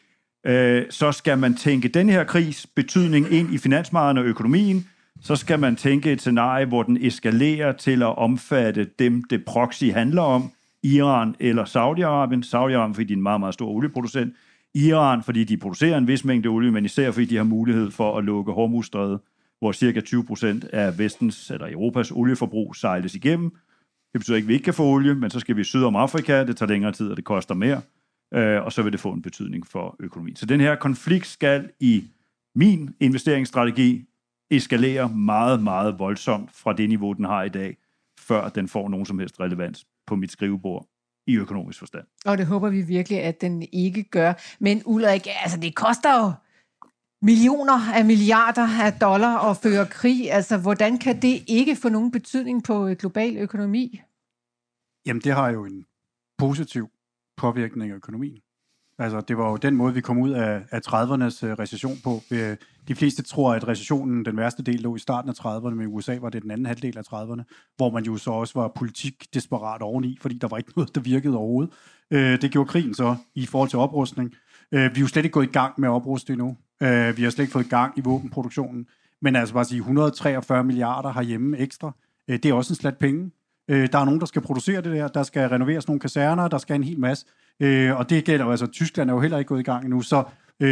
Så skal man tænke den her krigs betydning ind i finansmarkederne og økonomien, så skal man tænke et scenarie, hvor den eskalerer til at omfatte dem, det proxy handler om, Iran eller Saudi-Arabien. Saudi-Arabien, fordi de er en meget, meget stor olieproducent. Iran, fordi de producerer en vis mængde olie, men især fordi de har mulighed for at lukke Hormuzstrædet, hvor ca. 20% af Vestens eller Europas olieforbrug sejles igennem. Det betyder ikke, at vi ikke kan få olie, men så skal vi syd om Afrika, det tager længere tid, og det koster mere, og så vil det få en betydning for økonomien. Så den her konflikt skal i min investeringsstrategi eskalere meget, meget voldsomt fra det niveau, den har i dag, før den får nogen som helst relevans på mit skrivebord i økonomisk forstand. Og det håber vi virkelig, at den ikke gør. Men Ulrik, altså det koster jo millioner af milliarder af dollar at føre krig. Altså hvordan kan det ikke få nogen betydning på global økonomi? Jamen det har jo en positiv påvirkning af økonomien. Altså, det var jo den måde, vi kom ud af 30'ernes recession på. De fleste tror, at recessionen, den værste del, lå i starten af 30'erne, men i USA var det den anden halvdel af 30'erne, hvor man jo så også var politik-desperat oveni, fordi der var ikke noget, der virkede overhovedet. Det gjorde krigen så i forhold til oprustning. Vi er jo slet ikke gået i gang med at opruste endnu. Vi har slet ikke fået i gang i våbenproduktionen. Men altså bare at sige, 143 milliarder herhjemme ekstra, det er også en slat penge. Der er nogen, der skal producere det der skal renoveres nogle kaserner, der skal en hel masse. Og det gælder jo, altså Tyskland er jo heller ikke gået i gang endnu, så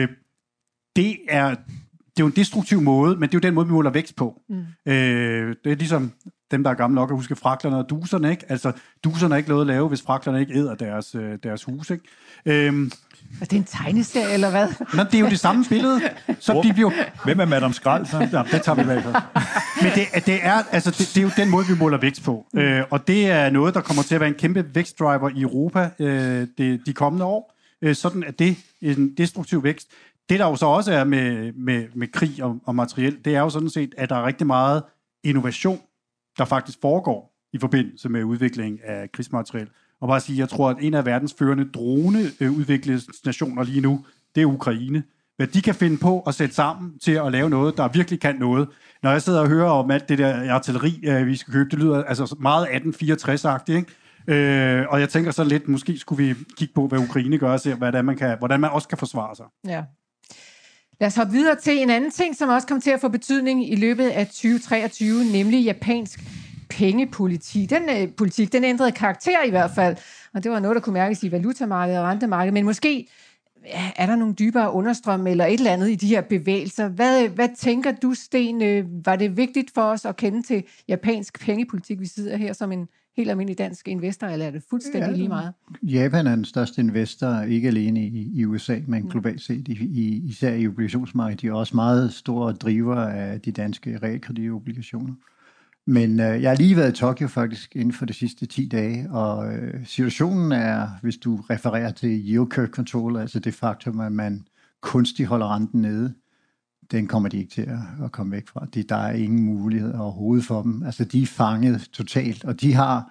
det er jo en destruktiv måde, men det er jo den måde, vi måler vækst på. Det er ligesom dem, der er gamle nok at huske fraklerne og duserne, ikke? Altså, duserne er ikke noget at lave, hvis fraklerne ikke æder deres hus, ikke? Er det en tegneserie, eller hvad? Nå, det er jo det samme billede. Så de bliver... Hvem er Madame Skrald? Så? Ja, det tager vi i hvert fald. Men det er jo den måde, vi måler vækst på. Og det er noget, der kommer til at være en kæmpe vækstdriver i Europa de kommende år. Sådan at det er en destruktiv vækst. Det, der jo så også er med krig og materiel, det er jo sådan set, at der er rigtig meget innovation, der faktisk foregår i forbindelse med udvikling af krigsmateriel. Og bare sige, jeg tror, at en af verdens førende droneudviklingsnationer lige nu, det er Ukraine. Hvad de kan finde på at sætte sammen til at lave noget, der virkelig kan noget. Når jeg sidder og hører om alt det der artilleri, vi skal købe, det lyder altså meget 1864-agtigt, ikke? Og jeg tænker så lidt, måske skulle vi kigge på, hvad Ukraine gør, og se, hvordan man også kan forsvare sig. Ja. Lad os hoppe videre til en anden ting, som også kommer til at få betydning i løbet af 2023, nemlig japansk pengepolitik. Den ændrede karakter i hvert fald, og det var noget, der kunne mærkes i valutamarkedet og rentemarkedet, men måske er der nogle dybere understrøm eller et eller andet i de her bevægelser. Hvad tænker du, Sten? Var det vigtigt for os at kende til japansk pengepolitik? Vi sidder her som en helt almindelig dansk investor, eller er det fuldstændig lige meget? Japan er den største investor, ikke alene i USA, men globalt set, især i obligationsmarkedet. De er også meget store driver af de danske realkreditobligationer. Men jeg har lige været i Tokyo faktisk inden for de sidste 10 dage, og situationen er, hvis du refererer til yield curve control, altså det faktum, at man kunstigt holder renten nede, den kommer de ikke til at komme væk fra. Der er ingen mulighed overhovedet for dem. Altså de er fanget totalt, og de har,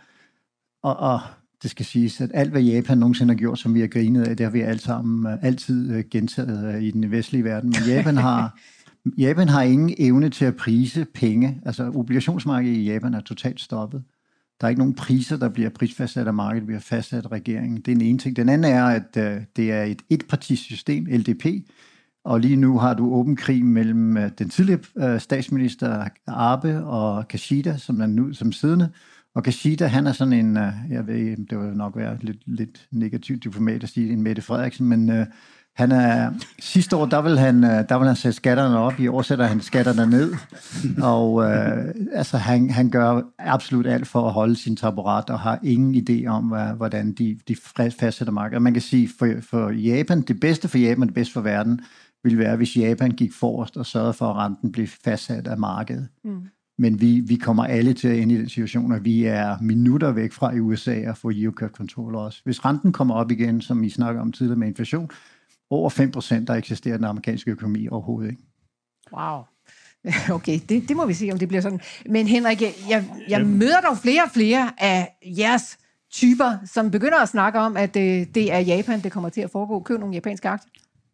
og det skal siges, at alt hvad Japan nogensinde har gjort, som vi har grinet af, det har vi alle sammen altid gentaget i den vestlige verden, men Japan har ingen evne til at prise penge. Altså obligationsmarkedet i Japan er totalt stoppet. Der er ikke nogen priser, der bliver prisfastsat af markedet, bliver fastsat af regeringen. Det er den ene ting. Den anden er, at det er et etpartisystem, LDP, og lige nu har du åben krig mellem den tidligere statsminister Abe og Kishida, som er nu som siddende. Og Kishida, han er sådan en, jeg ved, det vil nok være lidt negativt diplomat at sige, en Mette Frederiksen, men han er, sidste år, der vil han sætte skatterne op, i år sætter han skatterne ned, og altså han gør absolut alt for at holde sin taburet, og har ingen idé om, hvordan de fastsætter markedet. Man kan sige, for Japan, det bedste for Japan, det bedste for verden, ville være, hvis Japan gik forrest og sørgede for, at renten blev fastsat af markedet. Men vi kommer alle til at ende i den situation, at vi er minutter væk fra i USA at få yield curve control også. Hvis renten kommer op igen, som I snakker om tidligere med inflation, over 5%, der eksisterer den amerikanske økonomi overhovedet ikke. Wow. Okay, det må vi se, om det bliver sådan. Men Henrik, jeg møder dog flere og flere af jeres typer, som begynder at snakke om, at det er Japan, det kommer til at foregå. Køb nogle japanske aktier.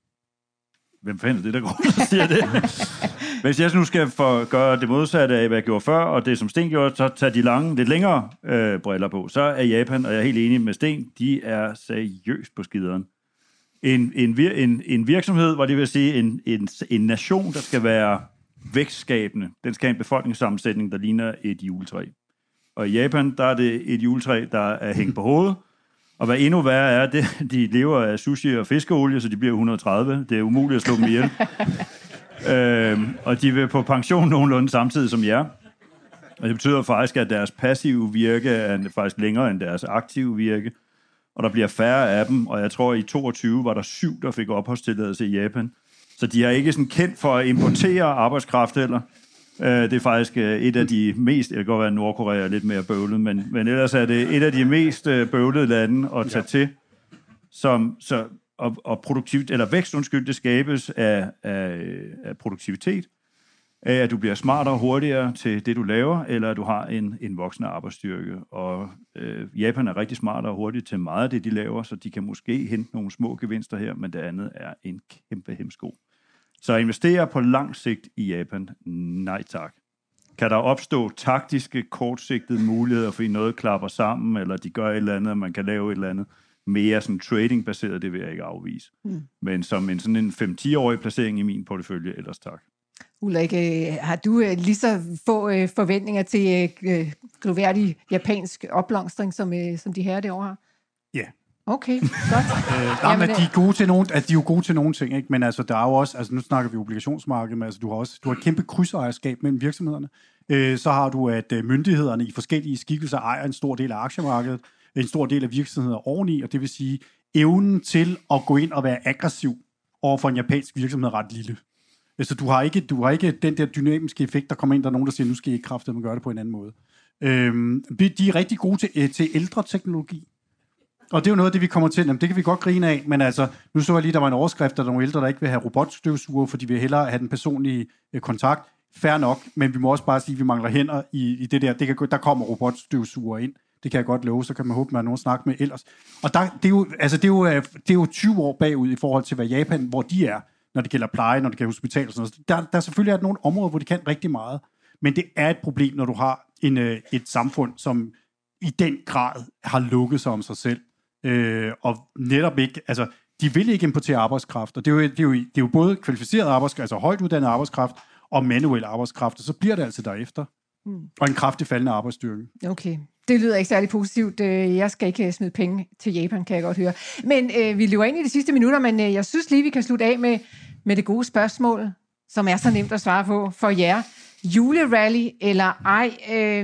Hvem fanden det, der går og siger det? Hvis jeg nu skal gøre det modsatte af, hvad jeg gjorde før, og det som Sten gjorde, så tage de lange, lidt længere briller på, så er Japan, og jeg er helt enig med Sten, de er seriøst på skideren. En virksomhed, hvor det vil sige en nation, der skal være vækstskabende. Den skal have en befolkningssammensætning, der ligner et juletræ. Og i Japan, der er det et juletræ, der er hængt på hovedet. Og hvad endnu værre er, det, de lever af sushi og fiskeolie, så de bliver 130. Det er umuligt at slå dem ihjel. Og de vil på pension nogenlunde samtidig som jer. Og det betyder faktisk, at deres passive virke er faktisk længere end deres aktive virke, og der bliver færre af dem, og jeg tror, i 2022 var der 7, der fik opholdstilladelse i Japan. Så de er ikke sådan kendt for at importere arbejdskraft heller. Det er faktisk et af de mest, det kan godt være, at Nordkorea er lidt mere bøvlet, men ellers er det et af de mest bøvlede lande at tage til, og produktivitet, eller vækst, det skabes af produktivitet, af at du bliver smartere og hurtigere til det, du laver, eller at du har en voksende arbejdsstyrke. Og Japan er rigtig smart og hurtigt til meget af det, de laver, så de kan måske hente nogle små gevinster her, men det andet er en kæmpe hemsko. Så investere på lang sigt i Japan? Nej tak. Kan der opstå taktiske, kortsigtede muligheder, fordi noget klapper sammen, eller de gør et eller andet, og man kan lave et eller andet mere sådan trading-baseret, det vil jeg ikke afvise. Men som sådan en 5-10-årig placering i min portefølje, ellers tak. Ulrik, har du lige så få forventninger til gloværdig japansk opblomstring, som de her derovre har? Ja. Okay, godt. Men de er gode til nogle, de er jo gode til nogle ting, ikke? Men altså, der er jo også, altså nu snakker vi obligationsmarked, men altså, du har et kæmpe krydsejerskab mellem virksomhederne. Så har du, at myndighederne i forskellige skikkelser ejer en stor del af aktiemarkedet, en stor del af virksomheder oveni, og det vil sige, evnen til at gå ind og være aggressiv over for en japansk virksomhed er ret lille. Så du har ikke den der dynamiske effekt, der kommer ind, der er nogen, der siger, nu skal I ikke kraftedeme gøre det på en anden måde. De er rigtig gode til ældre teknologi. Og det er jo noget af det, vi kommer til. Jamen, det kan vi godt grine af, men altså, nu så jeg lige, der var en overskrift, der er nogle ældre, der ikke vil have robotstøvsuger, fordi vi hellere have den personlige kontakt. Fair nok, men vi må også bare sige, at vi mangler hænder i det der. Der kommer robotstøvsuger ind. Det kan jeg godt love, så kan man håbe, at man har nogen at snakke med ellers. Og det er jo 20 år bagud i forhold til, hvad Japan, hvor de er, når det gælder pleje, når det gælder hospital og sådan noget. Der selvfølgelig er nogle områder, hvor de kan rigtig meget, men det er et problem, når du har et samfund, som i den grad har lukket sig om sig selv. Og netop ikke, altså, de vil ikke importere arbejdskraft, og det er jo både kvalificeret arbejdskraft, altså højt uddannet arbejdskraft, og manuel arbejdskraft, og så bliver det altså derefter. Og en kraftig faldende arbejdsstyrke. Okay, det lyder ikke særlig positivt. Jeg skal ikke smide penge til Japan, kan jeg godt høre. Men vi løber ind i de sidste minutter, men jeg synes lige, vi kan slutte af med det gode spørgsmål, som er så nemt at svare på for jer. Julerally eller ej?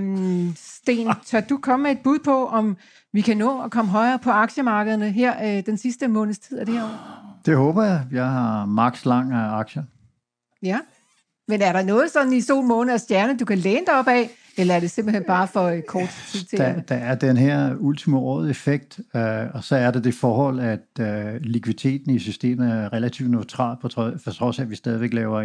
Sten, tør du komme med et bud på, om vi kan nå at komme højere på aktiemarkederne her den sidste måneds tid af det her år? Det håber jeg. Jeg har max lang af aktier. Ja, men er der noget sådan i sol, måne og stjerne, du kan læne dig op af, eller er det simpelthen bare for kort tid til? Der er den her ultimo året effekt, og så er det forhold, at likviditeten i systemet er relativt neutral, for trods af, at vi stadigvæk laver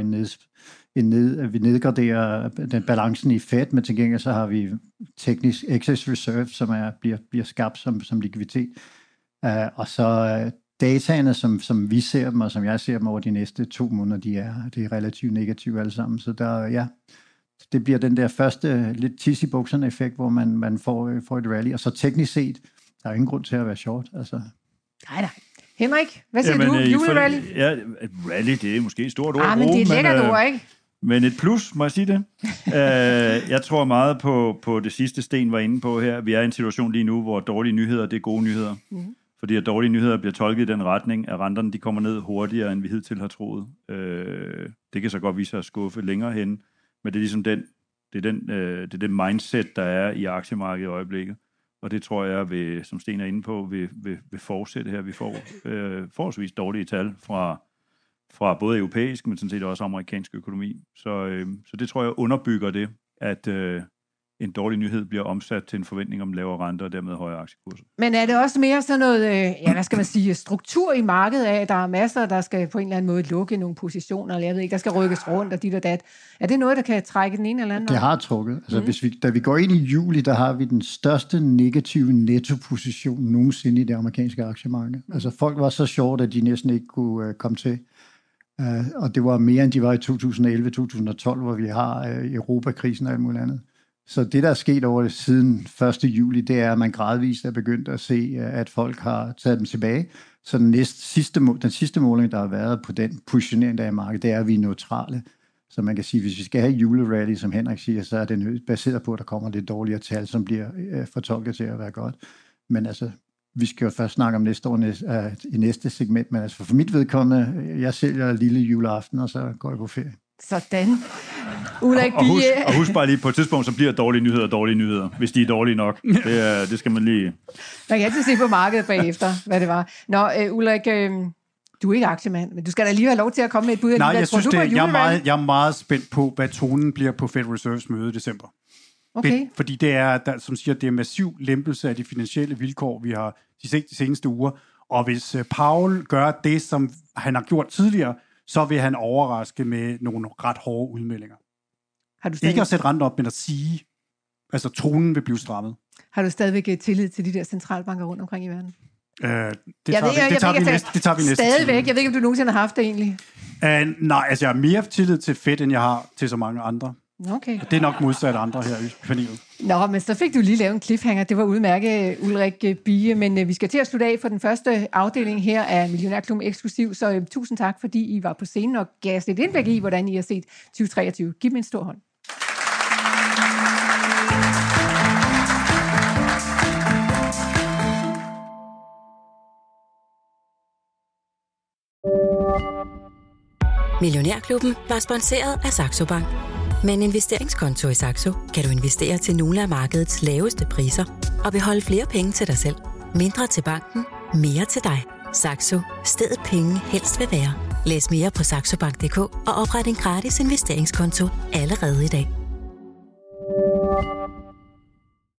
vi nedgraderer den balancen i Fed, men til gengæld så har vi teknisk excess reserve, som bliver skabt som likviditet. Og så dataene, som vi ser dem, og som jeg ser dem over de næste 2 måneder, det er relativt negative alle sammen. Så det bliver den der første lidt tis i bukserne effekt, hvor man får et rally. Og så teknisk set, der er ingen grund til at være short. Altså. Nej. Henrik, hvad siger du? Julerally? Ja, rally, det er måske et stort ord. Men det er et lækkert ord, ikke? Men et plus, må jeg sige det. Jeg tror meget på det sidste, Sten var inde på her. Vi er i en situation lige nu, hvor dårlige nyheder, det er gode nyheder. Mm. Fordi at dårlige nyheder bliver tolket i den retning, at renterne de kommer ned hurtigere, end vi hidtil har troet. Det kan så godt vise sig at skuffe længere hen. Men det er ligesom det mindset, der er i aktiemarkedet i øjeblikket. Og det tror jeg, som Sten er inde på, vil fortsætte her. Vi får forholdsvis dårlige tal fra både europæisk, men sådan set også amerikansk økonomi. Så det tror jeg underbygger det, at en dårlig nyhed bliver omsat til en forventning om lavere renter og dermed højere aktiekurser. Men er det også mere sådan noget, hvad skal man sige, struktur i markedet af, der er masser, der skal på en eller anden måde lukke nogle positioner, eller jeg ved ikke, der skal rykkes rundt og dit og dat. Er det noget, der kan trække den ene eller anden? Det har trukket. Altså, da vi går ind i juli, der har vi den største negative nettoposition nogensinde i det amerikanske aktiemarked. Altså folk var så short, at de næsten ikke kunne komme til. Og det var mere, end de var i 2011-2012, hvor vi har Europakrisen og alt muligt andet. Så det, der er sket over det siden 1. juli, det er, at man gradvist er begyndt at se, at folk har taget dem tilbage. Så den sidste måling, der har været på den positionering, der er i markedet, det er, at vi er neutrale. Så man kan sige, at hvis vi skal have julerally, som Henrik siger, så er det baseret på, at der kommer lidt dårligere tal, som bliver fortolket til at være godt. Men altså, vi skal jo først snakke om næste år i næste segment. Men altså, for mit vedkommende, jeg sælger lille juleaften, og så går jeg på ferie. Sådan. Ulrik Bie. Og husk bare lige, på et tidspunkt, så bliver dårlige nyheder, hvis de er dårlige nok. Det skal man lige... Man kan altid se på markedet bagefter, hvad det var. Nå, Ulrik, du er ikke aktiemand, men du skal da lige have lov til at komme med et bud. Nej, jeg er meget spændt på, hvad tonen bliver på Fed Reserves møde i december. Okay. Fordi det er, som siger, det er massiv lempelse af de finansielle vilkår, vi har de seneste uger. Og hvis Powell gør det, som han har gjort tidligere, så vil han overraske med nogle ret hårde udmeldinger. Ikke at sætte renten op, men at sige, altså tonen vil blive strammet. Har du stadigvæk tillid til de der centralbanker rundt omkring i verden? Det tager vi næste. Stadigvæk. Jeg ved ikke, om du nogensinde har haft det egentlig. Nej, altså jeg har mere tillid til Fed, end jeg har til så mange andre. Okay. Og det er nok modsat andre her i panelet. Nå, men så fik du lige lavet en cliffhanger. Det var udmærket, Ulrik Bie. Men vi skal til at slutte af for den første afdeling her af Millionærklubben Eksklusiv. Så tusind tak, fordi I var på scenen og gav os et indblik i, hvordan I har set 2023. Giv mig en stor hånd. Millionærklubben var sponsoreret af Saxo Bank. Med en investeringskonto i Saxo kan du investere til nogle af markedets laveste priser og beholde flere penge til dig selv. Mindre til banken, mere til dig. Saxo. Stedet penge helst vil være. Læs mere på saxobank.dk og opret en gratis investeringskonto allerede i dag.